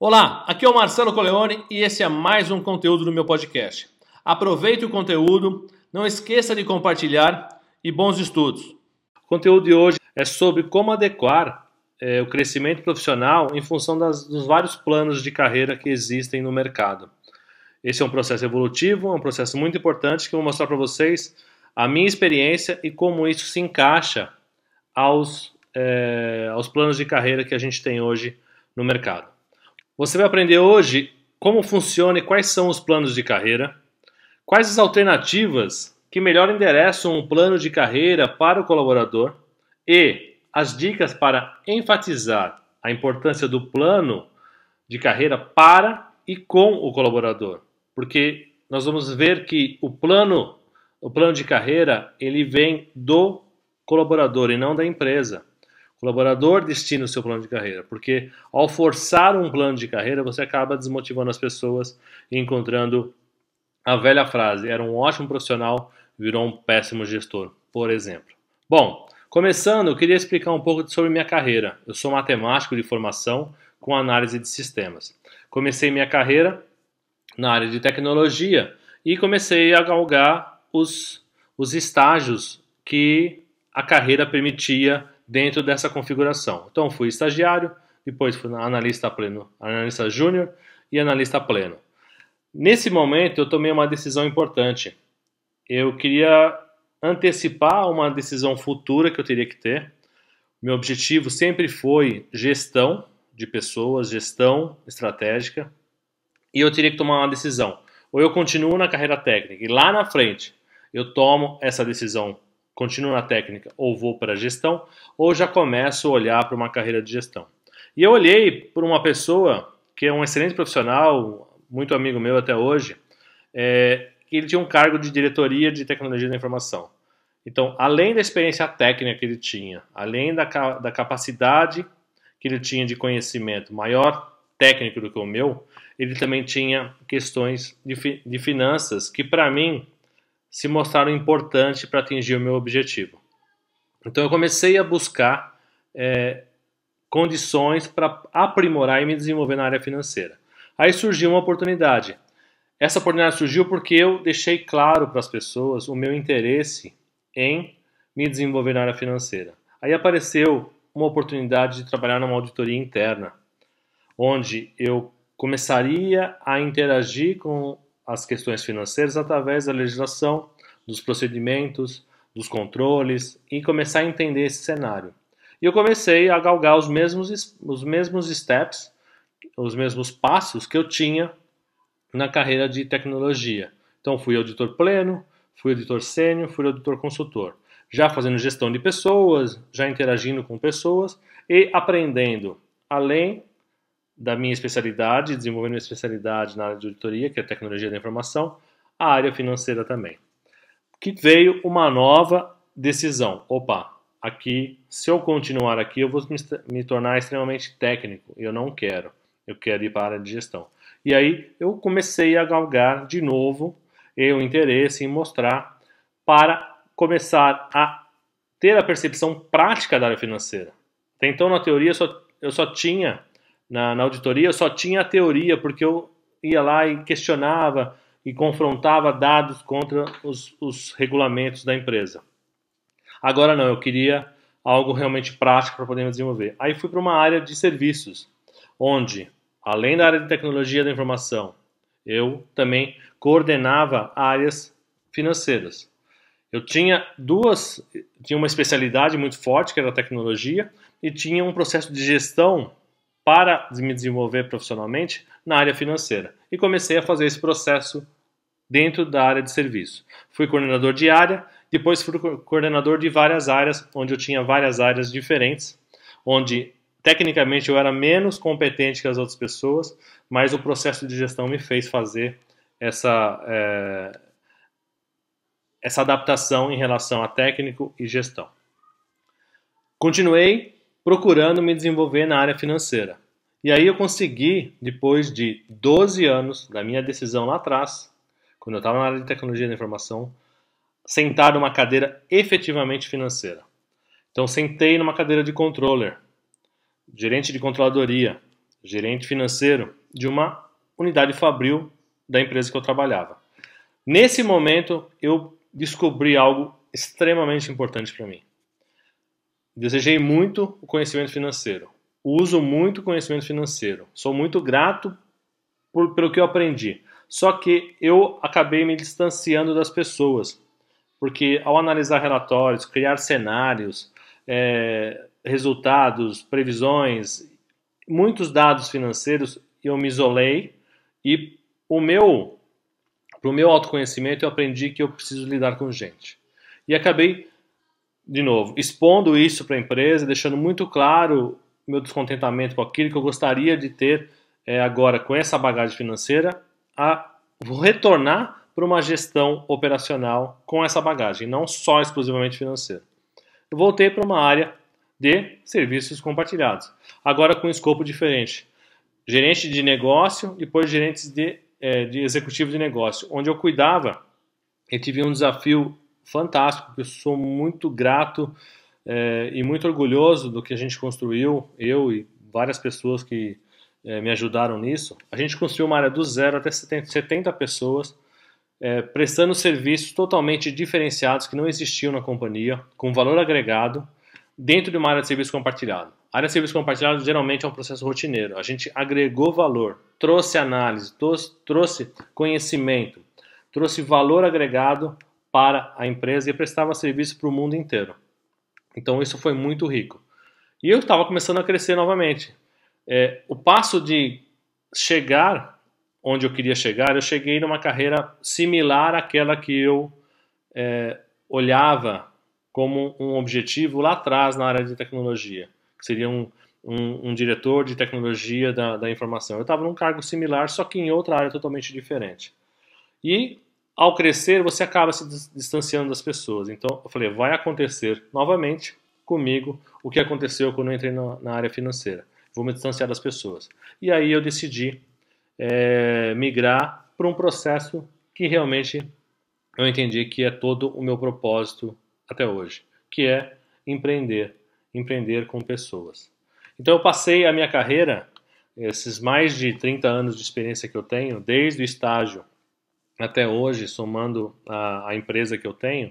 Olá, aqui é o Marcelo Coleoni e esse é mais um conteúdo do meu podcast. Aproveite o conteúdo, não esqueça de compartilhar e bons estudos. O conteúdo de hoje é sobre como adequar o crescimento profissional em função dos vários planos de carreira que existem no mercado. Esse é um processo evolutivo, é um processo muito importante que eu vou mostrar para vocês a minha experiência e como isso se encaixa aos planos de carreira que a gente tem hoje no mercado. Você vai aprender hoje como funciona e quais são os planos de carreira, quais as alternativas que melhor endereçam um plano de carreira para o colaborador e as dicas para enfatizar a importância do plano de carreira para e com o colaborador. Porque nós vamos ver que o plano de carreira ele vem do colaborador e não da empresa. O colaborador destina o seu plano de carreira, porque ao forçar um plano de carreira, você acaba desmotivando as pessoas e encontrando a velha frase, era um ótimo profissional, virou um péssimo gestor, por exemplo. Bom, começando, eu queria explicar um pouco sobre minha carreira. Eu sou matemático de formação com análise de sistemas. Comecei minha carreira na área de tecnologia e comecei a galgar os estágios que a carreira permitia dentro dessa configuração. Então fui estagiário, depois fui analista pleno, analista júnior e analista pleno. Nesse momento eu tomei uma decisão importante. Eu queria antecipar uma decisão futura que eu teria que ter. Meu objetivo sempre foi gestão de pessoas, gestão estratégica, e eu teria que tomar uma decisão. Ou eu continuo na carreira técnica e lá na frente eu tomo essa decisão, continuo na técnica ou vou para a gestão, ou já começo a olhar para uma carreira de gestão. E eu olhei por uma pessoa que é um excelente profissional, muito amigo meu até hoje, que ele tinha um cargo de diretoria de tecnologia da informação. Então, além da experiência técnica que ele tinha, além da capacidade que ele tinha de conhecimento maior técnico do que o meu, ele também tinha questões de finanças que, para mim, se mostraram importantes para atingir o meu objetivo. Então eu comecei a buscar condições para aprimorar e me desenvolver na área financeira. Aí surgiu uma oportunidade. Essa oportunidade surgiu porque eu deixei claro para as pessoas o meu interesse em me desenvolver na área financeira. Aí apareceu uma oportunidade de trabalhar numa auditoria interna, onde eu começaria a interagir com as questões financeiras através da legislação, dos procedimentos, dos controles e começar a entender esse cenário. E eu comecei a galgar os mesmos steps, os mesmos passos que eu tinha na carreira de tecnologia. Então fui auditor pleno, fui auditor sênior, fui auditor consultor. Já fazendo gestão de pessoas, já interagindo com pessoas e aprendendo, além da minha especialidade, desenvolvendo minha especialidade na área de auditoria, que é a tecnologia da informação, a área financeira também. Que veio uma nova decisão. Opa, aqui, se eu continuar aqui, eu vou me tornar extremamente técnico. Eu não quero. Eu quero ir para a área de gestão. E aí eu comecei a galgar de novo o interesse em mostrar para começar a ter a percepção prática da área financeira. Até então, na teoria, eu só tinha na auditoria, eu só tinha a teoria, porque eu ia lá e questionava e confrontava dados contra os regulamentos da empresa. Agora não, eu queria algo realmente prático para poder me desenvolver. Aí fui para uma área de serviços, onde, além da área de tecnologia da informação, eu também coordenava áreas financeiras. Eu tinha uma especialidade muito forte, que era a tecnologia, e tinha um processo de gestão para me desenvolver profissionalmente na área financeira. E comecei a fazer esse processo dentro da área de serviço. Fui coordenador de área, depois fui coordenador de várias áreas, onde eu tinha várias áreas diferentes, onde tecnicamente eu era menos competente que as outras pessoas, mas o processo de gestão me fez fazer essa adaptação em relação a técnico e gestão. Continuei procurando me desenvolver na área financeira. E aí eu consegui, depois de 12 anos da minha decisão lá atrás, quando eu estava na área de tecnologia da informação, sentar numa cadeira efetivamente financeira. Então sentei numa cadeira de controller, gerente de controladoria, gerente financeiro de uma unidade fabril da empresa que eu trabalhava. Nesse momento, eu descobri algo extremamente importante para mim. Desejei muito o conhecimento financeiro. Uso muito o conhecimento financeiro. Sou muito grato pelo que eu aprendi. Só que eu acabei me distanciando das pessoas. Porque ao analisar relatórios, criar cenários, resultados, previsões, muitos dados financeiros, eu me isolei e para o meu autoconhecimento eu aprendi que eu preciso lidar com gente. E acabei, de novo, expondo isso para a empresa, deixando muito claro meu descontentamento com aquilo que eu gostaria de ter agora com essa bagagem financeira, vou retornar para uma gestão operacional com essa bagagem, não só exclusivamente financeira. Eu voltei para uma área de serviços compartilhados, agora com um escopo diferente. Gerente de negócio, depois gerentes de executivo de negócio, onde eu cuidava, eu tive um desafio fantástico, eu sou muito grato e muito orgulhoso do que a gente construiu, eu e várias pessoas que me ajudaram nisso. A gente construiu uma área do zero até 70 pessoas, prestando serviços totalmente diferenciados que não existiam na companhia, com valor agregado, dentro de uma área de serviço compartilhado. A área de serviço compartilhado geralmente é um processo rotineiro. A gente agregou valor, trouxe análise, trouxe conhecimento, trouxe valor agregado para a empresa e prestava serviço para o mundo inteiro. Então isso foi muito rico. E eu estava começando a crescer novamente. O passo de chegar onde eu queria chegar, eu cheguei numa carreira similar àquela que eu olhava como um objetivo lá atrás na área de tecnologia, que seria um diretor de tecnologia da informação. Eu estava num cargo similar, só que em outra área totalmente diferente. E ao crescer, você acaba se distanciando das pessoas. Então, eu falei, vai acontecer novamente comigo o que aconteceu quando eu entrei na área financeira. Vou me distanciar das pessoas. E aí eu decidi migrar para um processo que realmente eu entendi que é todo o meu propósito até hoje, que é empreender com pessoas. Então eu passei a minha carreira, esses mais de 30 anos de experiência que eu tenho, desde o estágio até hoje, somando a empresa que eu tenho,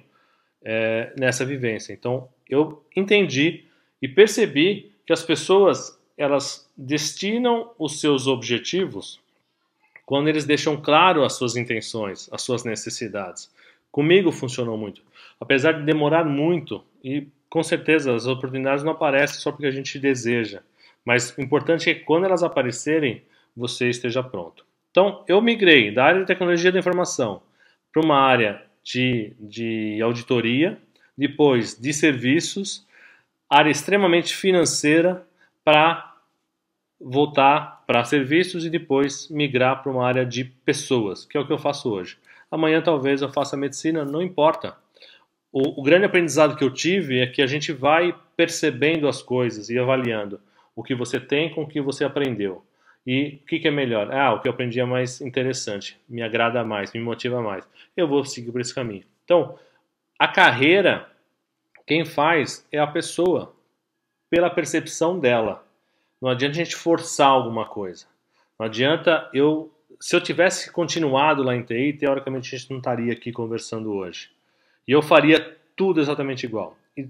nessa vivência. Então eu entendi e percebi que as pessoas, elas destinam os seus objetivos quando eles deixam claro as suas intenções, as suas necessidades. Comigo funcionou muito. Apesar de demorar muito, e com certeza as oportunidades não aparecem só porque a gente deseja, mas o importante é que quando elas aparecerem, você esteja pronto. Então, eu migrei da área de tecnologia da informação para uma área de auditoria, depois de serviços, área extremamente financeira, para voltar para serviços e depois migrar para uma área de pessoas, que é o que eu faço hoje. Amanhã talvez eu faça medicina, não importa. O grande aprendizado que eu tive é que a gente vai percebendo as coisas e avaliando o que você tem com o que você aprendeu. E o que é melhor? O que eu aprendi é mais interessante, me agrada mais, me motiva mais. Eu vou seguir por esse caminho. Então, a carreira, quem faz é a pessoa, pela percepção dela. Não adianta a gente forçar alguma coisa. Não adianta se eu tivesse continuado lá em TI, teoricamente a gente não estaria aqui conversando hoje. E eu faria tudo exatamente igual. E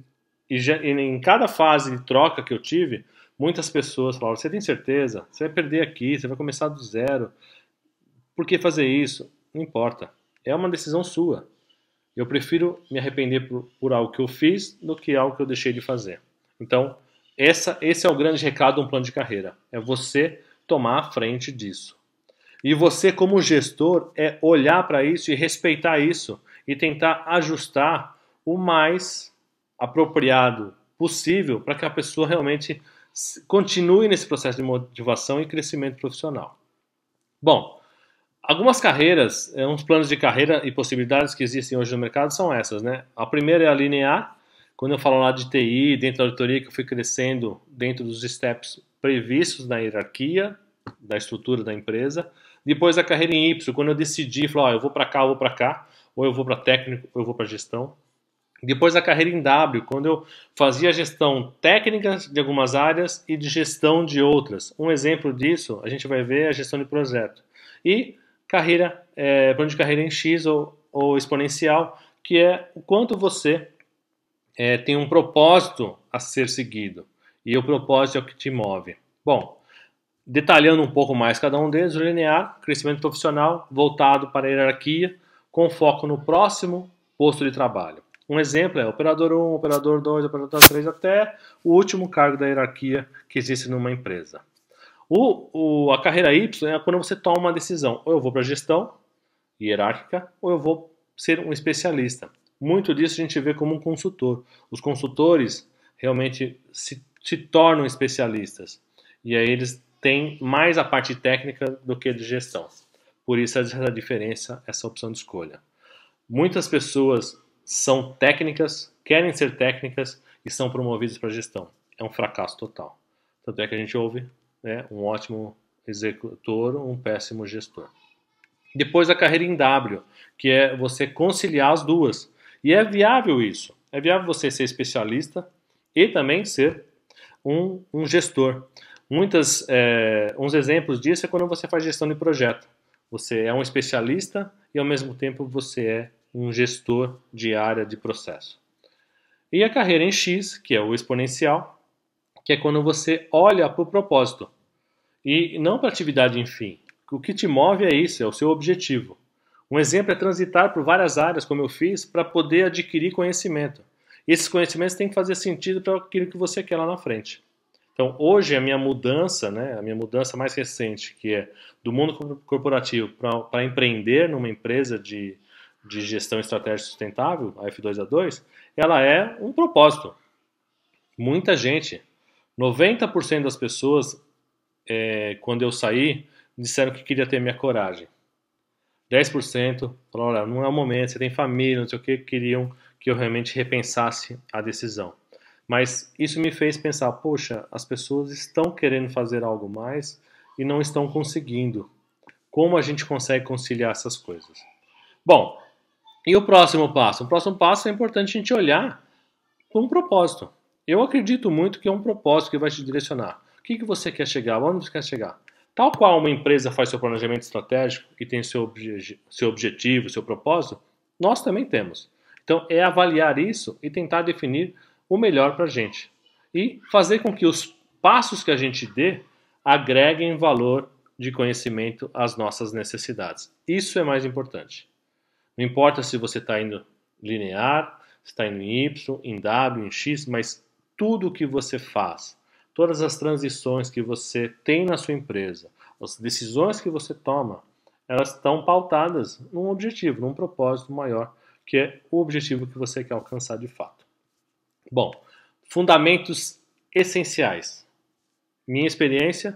em cada fase de troca que eu tive, muitas pessoas falavam, você tem certeza? Você vai perder aqui, você vai começar do zero. Por que fazer isso? Não importa. É uma decisão sua. Eu prefiro me arrepender por algo que eu fiz do que algo que eu deixei de fazer. Então, esse é o grande recado de um plano de carreira. É você tomar a frente disso. E você, como gestor, é olhar para isso e respeitar isso e tentar ajustar o mais apropriado possível para que a pessoa realmente continue nesse processo de motivação e crescimento profissional. Bom, algumas carreiras, uns planos de carreira e possibilidades que existem hoje no mercado são essas, né? A primeira é a linear. Quando eu falo lá de TI, dentro da auditoria, que eu fui crescendo dentro dos steps previstos na hierarquia, da estrutura da empresa. Depois a carreira em Y, quando eu decidi, falar, eu vou para cá, ou eu vou para técnico, ou eu vou para gestão. Depois a carreira em W, quando eu fazia gestão técnica de algumas áreas e de gestão de outras. Um exemplo disso, a gente vai ver a gestão de projeto. E plano de carreira em X ou exponencial, que é o quanto você tem um propósito a ser seguido. E o propósito é o que te move. Bom, detalhando um pouco mais cada um deles, o linear, crescimento profissional voltado para a hierarquia, com foco no próximo posto de trabalho. Um exemplo é operador 1, operador 2, operador 3, até o último cargo da hierarquia que existe numa empresa. A carreira Y é quando você toma uma decisão. Ou eu vou para a gestão hierárquica, ou eu vou ser um especialista. Muito disso a gente vê como um consultor. Os consultores realmente se tornam especialistas. E aí eles têm mais a parte técnica do que de gestão. Por isso essa diferença, essa opção de escolha. Muitas pessoas são técnicas, querem ser técnicas e são promovidas para gestão. É um fracasso total. Tanto é que a gente ouve um ótimo executor, um péssimo gestor. Depois a carreira em W, que é você conciliar as duas. E é viável isso. É viável você ser especialista e também ser um gestor. Uns exemplos disso é quando você faz gestão de projeto. Você é um especialista e ao mesmo tempo você é um gestor de área de processo. E a carreira em X, que é o exponencial, que é quando você olha para o propósito e não para a atividade em fim. O que te move é isso, é o seu objetivo. Um exemplo é transitar por várias áreas, como eu fiz, para poder adquirir conhecimento. E esses conhecimentos têm que fazer sentido para aquilo que você quer lá na frente. Então, hoje, a minha mudança mais recente, que é do mundo corporativo para empreender numa empresa de gestão estratégica sustentável, a F2A2, ela é um propósito. Muita gente, 90% das pessoas, quando eu saí, disseram que queria ter minha coragem. 10% falaram, olha, não é o momento, você tem família, não sei o que, queriam que eu realmente repensasse a decisão. Mas isso me fez pensar, poxa, as pessoas estão querendo fazer algo mais e não estão conseguindo. Como a gente consegue conciliar essas coisas? Bom, e o próximo passo? O próximo passo é importante a gente olhar para um propósito. Eu acredito muito que é um propósito que vai te direcionar. O que você quer chegar? Onde você quer chegar? Tal qual uma empresa faz seu planejamento estratégico e tem seu objetivo, seu propósito, nós também temos. Então, é avaliar isso e tentar definir o melhor para a gente. E fazer com que os passos que a gente dê agreguem valor de conhecimento às nossas necessidades. Isso é mais importante. Não importa se você está indo linear, se está indo em Y, em W, em X, mas tudo o que você faz, todas as transições que você tem na sua empresa, as decisões que você toma, elas estão pautadas num objetivo, num propósito maior, que é o objetivo que você quer alcançar de fato. Bom, fundamentos essenciais. Minha experiência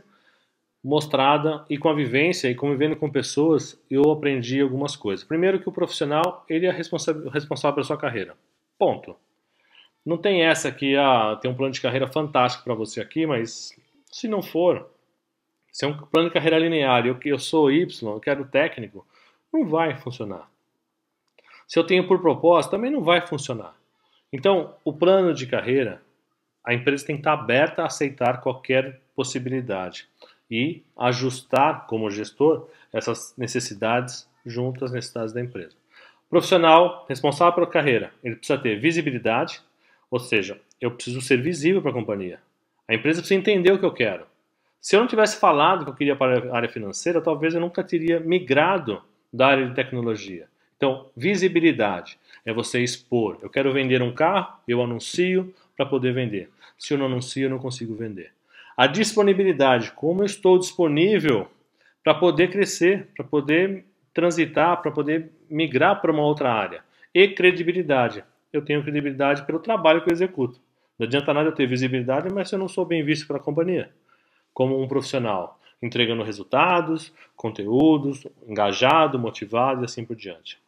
mostrada e com a vivência e convivendo com pessoas, eu aprendi algumas coisas. Primeiro que o profissional, ele é responsável pela sua carreira. Ponto. Não tem essa que tem um plano de carreira fantástico para você aqui, mas se não for, se é um plano de carreira linear e eu sou Y, eu quero técnico, não vai funcionar. Se eu tenho por propósito, também não vai funcionar. Então, o plano de carreira, a empresa tem que estar aberta a aceitar qualquer possibilidade e ajustar, como gestor, essas necessidades junto às necessidades da empresa. O profissional responsável pela carreira, ele precisa ter visibilidade, ou seja, eu preciso ser visível para a companhia. A empresa precisa entender o que eu quero. Se eu não tivesse falado que eu queria para a área financeira, talvez eu nunca teria migrado da área de tecnologia. Então, visibilidade é você expor. Eu quero vender um carro, eu anuncio para poder vender. Se eu não anuncio, eu não consigo vender. A disponibilidade, como eu estou disponível para poder crescer, para poder transitar, para poder migrar para uma outra área. E credibilidade. Eu tenho credibilidade pelo trabalho que eu executo. Não adianta nada eu ter visibilidade, mas se eu não sou bem visto pela companhia, como um profissional, entregando resultados, conteúdos, engajado, motivado e assim por diante.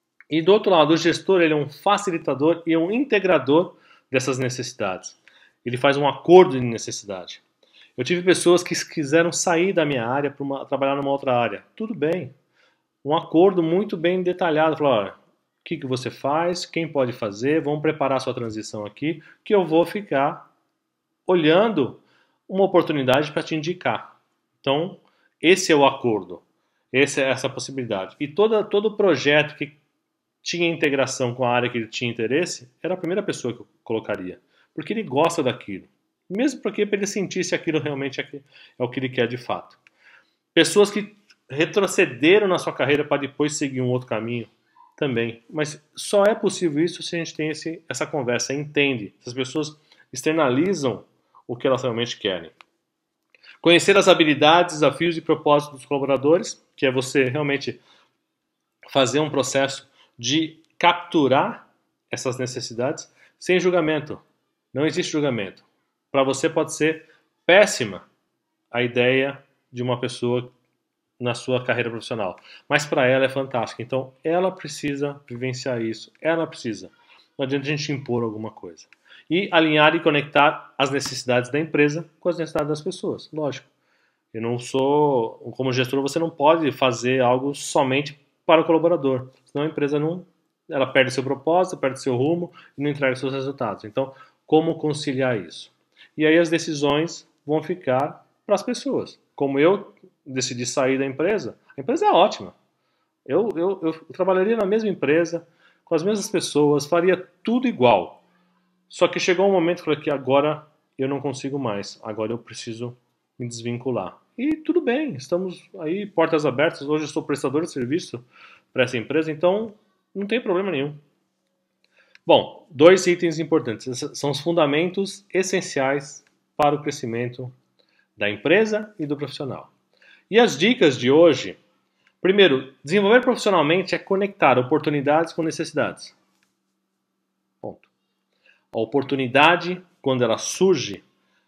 E do outro lado, o gestor, ele é um facilitador e um integrador dessas necessidades. Ele faz um acordo de necessidade. Eu tive pessoas que quiseram sair da minha área para trabalhar numa outra área. Tudo bem. Um acordo muito bem detalhado. Falar, olha, que você faz, quem pode fazer, vamos preparar a sua transição aqui, que eu vou ficar olhando uma oportunidade para te indicar. Então, esse é o acordo, essa possibilidade. E todo projeto que tinha integração com a área que ele tinha interesse, era a primeira pessoa que eu colocaria, porque ele gosta daquilo. Mesmo porque para ele sentir se aquilo realmente é o que ele quer de fato. Pessoas que retrocederam na sua carreira para depois seguir um outro caminho, também. Mas só é possível isso se a gente tem essa conversa, entende. Se as pessoas externalizam o que elas realmente querem. Conhecer as habilidades, desafios e propósitos dos colaboradores, que é você realmente fazer um processo de capturar essas necessidades sem julgamento. Não existe julgamento. Para você pode ser péssima a ideia de uma pessoa na sua carreira profissional, mas para ela é fantástica. Então ela precisa vivenciar isso, ela precisa. Não adianta a gente impor alguma coisa. E alinhar e conectar as necessidades da empresa com as necessidades das pessoas, lógico. Eu não sou, como gestor, você não pode fazer algo somente para o colaborador, senão a empresa não, ela perde seu propósito, perde seu rumo e não entrega seus resultados. Então, como conciliar isso? E aí as decisões vão ficar para as pessoas. Como eu decidi sair da empresa, a empresa é ótima. Eu trabalharia na mesma empresa, com as mesmas pessoas, faria tudo igual. Só que chegou um momento que eu falei que agora eu não consigo mais, agora eu preciso me desvincular. E tudo bem, estamos aí, portas abertas. Hoje eu sou prestador de serviço para essa empresa, então não tem problema nenhum. Bom, 2 itens importantes. Esses são os fundamentos essenciais para o crescimento da empresa e do profissional. E as dicas de hoje: primeiro, desenvolver profissionalmente é conectar oportunidades com necessidades. Ponto. A oportunidade, quando ela surge,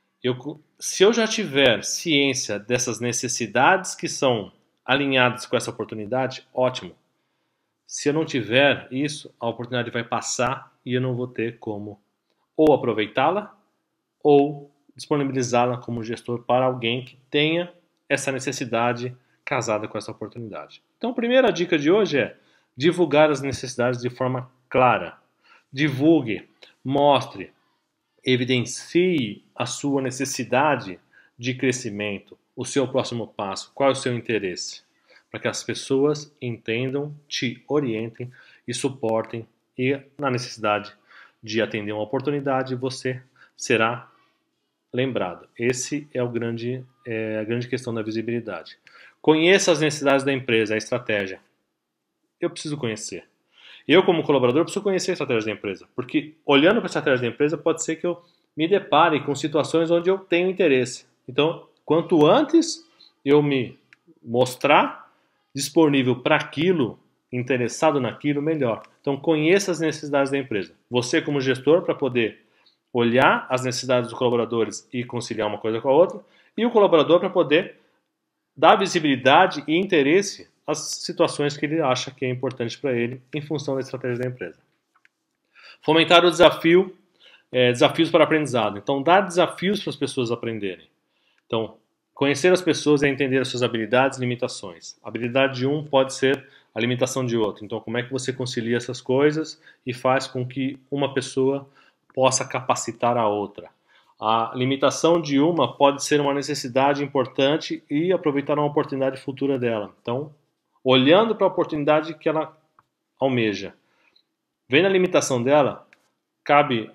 se eu já tiver ciência dessas necessidades que são alinhadas com essa oportunidade, ótimo. Se eu não tiver isso, a oportunidade vai passar e eu não vou ter como ou aproveitá-la ou disponibilizá-la como gestor para alguém que tenha essa necessidade casada com essa oportunidade. Então, a primeira dica de hoje é divulgar as necessidades de forma clara. Divulgue, mostre, evidencie a sua necessidade de crescimento, o seu próximo passo, qual é o seu interesse, para que as pessoas entendam, te orientem e suportem, e na necessidade de atender uma oportunidade você será lembrado. Esse é a grande questão da visibilidade. Conheça as necessidades da empresa, a estratégia. Eu preciso conhecer. Eu, como colaborador, preciso conhecer a estratégia da empresa, porque olhando para a estratégia da empresa, pode ser que eu me depare com situações onde eu tenho interesse. Então, quanto antes eu me mostrar disponível para aquilo, interessado naquilo, melhor. Então, conheça as necessidades da empresa. Você, como gestor, para poder olhar as necessidades dos colaboradores e conciliar uma coisa com a outra, e o colaborador para poder dar visibilidade e interesse às situações que ele acha que é importante para ele em função da estratégia da empresa. Fomentar o desafios para aprendizado. Então, dar desafios para as pessoas aprenderem. Então, conhecer as pessoas é entender as suas habilidades e limitações. A habilidade de um pode ser a limitação de outro. Então, como é que você concilia essas coisas e faz com que uma pessoa possa capacitar a outra? A limitação de uma pode ser uma necessidade importante e aproveitar uma oportunidade futura dela. Então, olhando para a oportunidade que ela almeja, vendo a limitação dela, cabe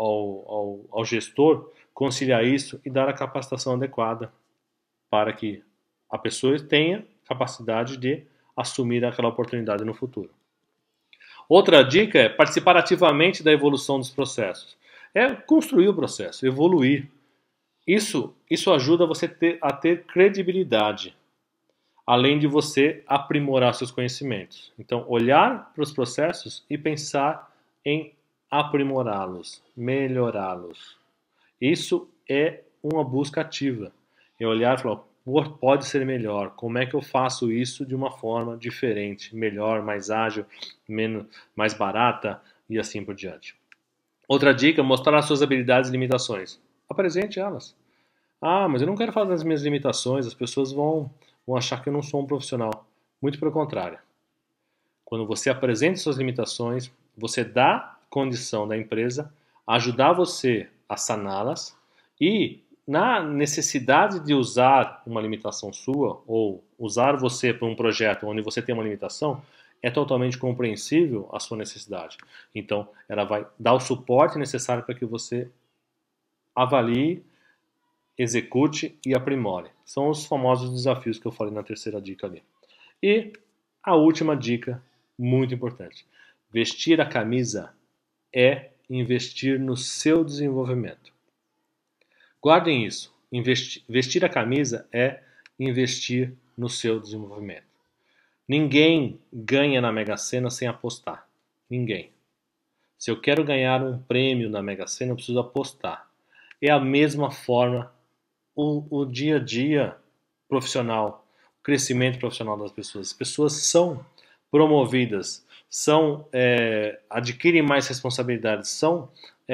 ao gestor conciliar isso e dar a capacitação adequada para que a pessoa tenha capacidade de assumir aquela oportunidade no futuro. Outra dica é participar ativamente da evolução dos processos. É construir o processo, evoluir. Isso ajuda você a ter credibilidade, além de você aprimorar seus conhecimentos. Então, olhar para os processos e pensar em aprimorá-los, melhorá-los. Isso é uma busca ativa. É olhar e falar, pode ser melhor. Como é que eu faço isso de uma forma diferente, melhor, mais ágil, mais barata e assim por diante. Outra dica, mostrar as suas habilidades e limitações. Apresente elas. Ah, mas eu não quero falar das minhas limitações, as pessoas vão achar que eu não sou um profissional. Muito pelo contrário. Quando você apresenta suas limitações, você dá condição da empresa ajudar você a saná-las e na necessidade de usar uma limitação sua ou usar você para um projeto onde você tem uma limitação, é totalmente compreensível a sua necessidade. Então, ela vai dar o suporte necessário para que você avalie, execute e aprimore. São os famosos desafios que eu falei na terceira dica ali. E a última dica, muito importante. Vestir a camisa é investir no seu desenvolvimento. Guardem isso. Vestir a camisa é investir no seu desenvolvimento. Ninguém ganha na Mega Sena sem apostar. Ninguém. Se eu quero ganhar um prêmio na Mega Sena, eu preciso apostar. É a mesma forma o dia a dia profissional, o crescimento profissional das pessoas. As pessoas são promovidas, adquirem mais responsabilidades, são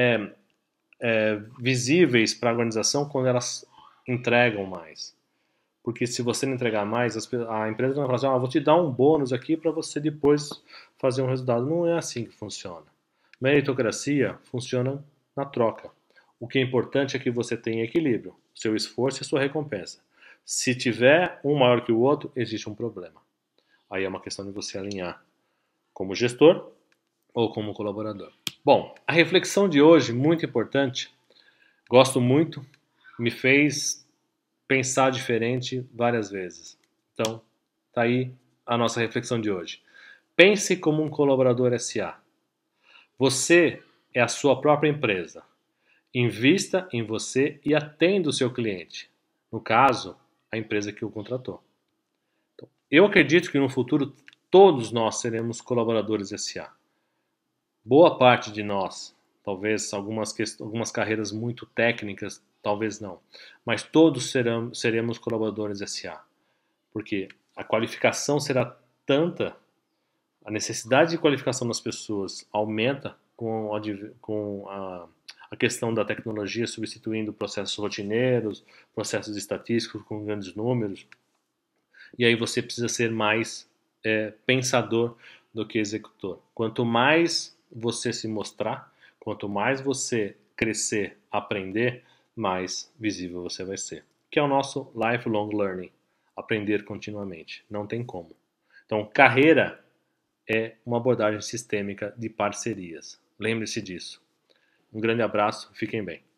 visíveis para a organização quando elas entregam mais. Porque se você não entregar mais, a empresa não vai falar assim, vou te dar um bônus aqui para você depois fazer um resultado. Não é assim que funciona. Meritocracia funciona na troca. O que é importante é que você tenha equilíbrio, seu esforço e sua recompensa. Se tiver um maior que o outro, existe um problema. Aí é uma questão de você alinhar como gestor ou como colaborador. Bom, a reflexão de hoje, muito importante, gosto muito, me fez pensar diferente várias vezes. Então, tá aí a nossa reflexão de hoje. Pense como um colaborador SA. Você é a sua própria empresa. Invista em você e atenda o seu cliente. No caso, a empresa que o contratou. Então, eu acredito que no futuro todos nós seremos colaboradores SA. Boa parte de nós, talvez algumas carreiras muito técnicas, talvez não, mas todos seremos colaboradores SA, porque a qualificação será tanta, a necessidade de qualificação das pessoas aumenta com a questão da tecnologia substituindo processos rotineiros, processos estatísticos com grandes números, e aí você precisa ser mais pensador do que executor. Quanto mais você se mostrar, quanto mais você crescer, aprender, mais visível você vai ser. Que é o nosso lifelong learning, aprender continuamente, não tem como. Então, carreira é uma abordagem sistêmica de parcerias. Lembre-se disso. Um grande abraço, fiquem bem.